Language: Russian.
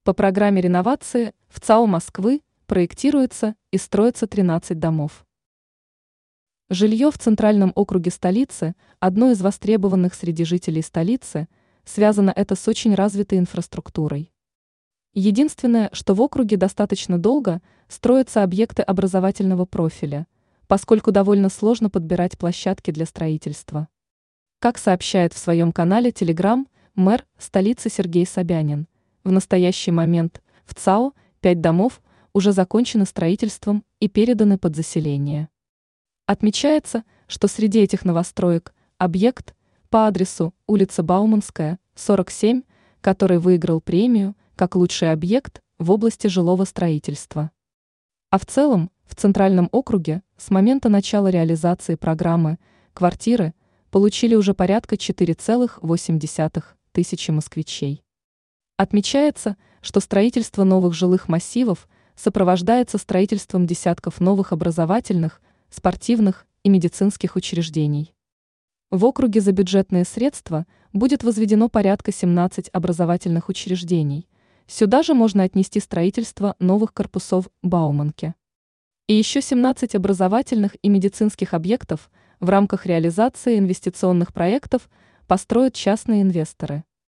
По программе реновации в ЦАО Москвы проектируется и строится 13 домов. Жилье в Центральном округе столицы – одно из востребованных среди жителей столицы, связано это с очень развитой инфраструктурой. Единственное, что в округе достаточно долго строятся объекты образовательного профиля, поскольку довольно сложно подбирать площадки для строительства. Как сообщает в своем канале Telegram мэр столицы Сергей Собянин, в настоящий момент в ЦАО 5 домов уже закончено строительством и переданы под заселение. Отмечается, что среди этих новостроек объект по адресу улица Бауманская, 47, который выиграл премию как лучший объект в области жилого строительства. А в целом в Центральном округе с момента начала реализации программы квартиры получили уже порядка 4,8 тысячи москвичей. Отмечается, что строительство новых жилых массивов сопровождается строительством десятков новых образовательных, спортивных и медицинских учреждений. В округе за бюджетные средства будет возведено порядка 17 образовательных учреждений. Сюда же можно отнести строительство новых корпусов Бауманки. И еще 17 образовательных и медицинских объектов в рамках реализации инвестиционных проектов построят частные инвесторы.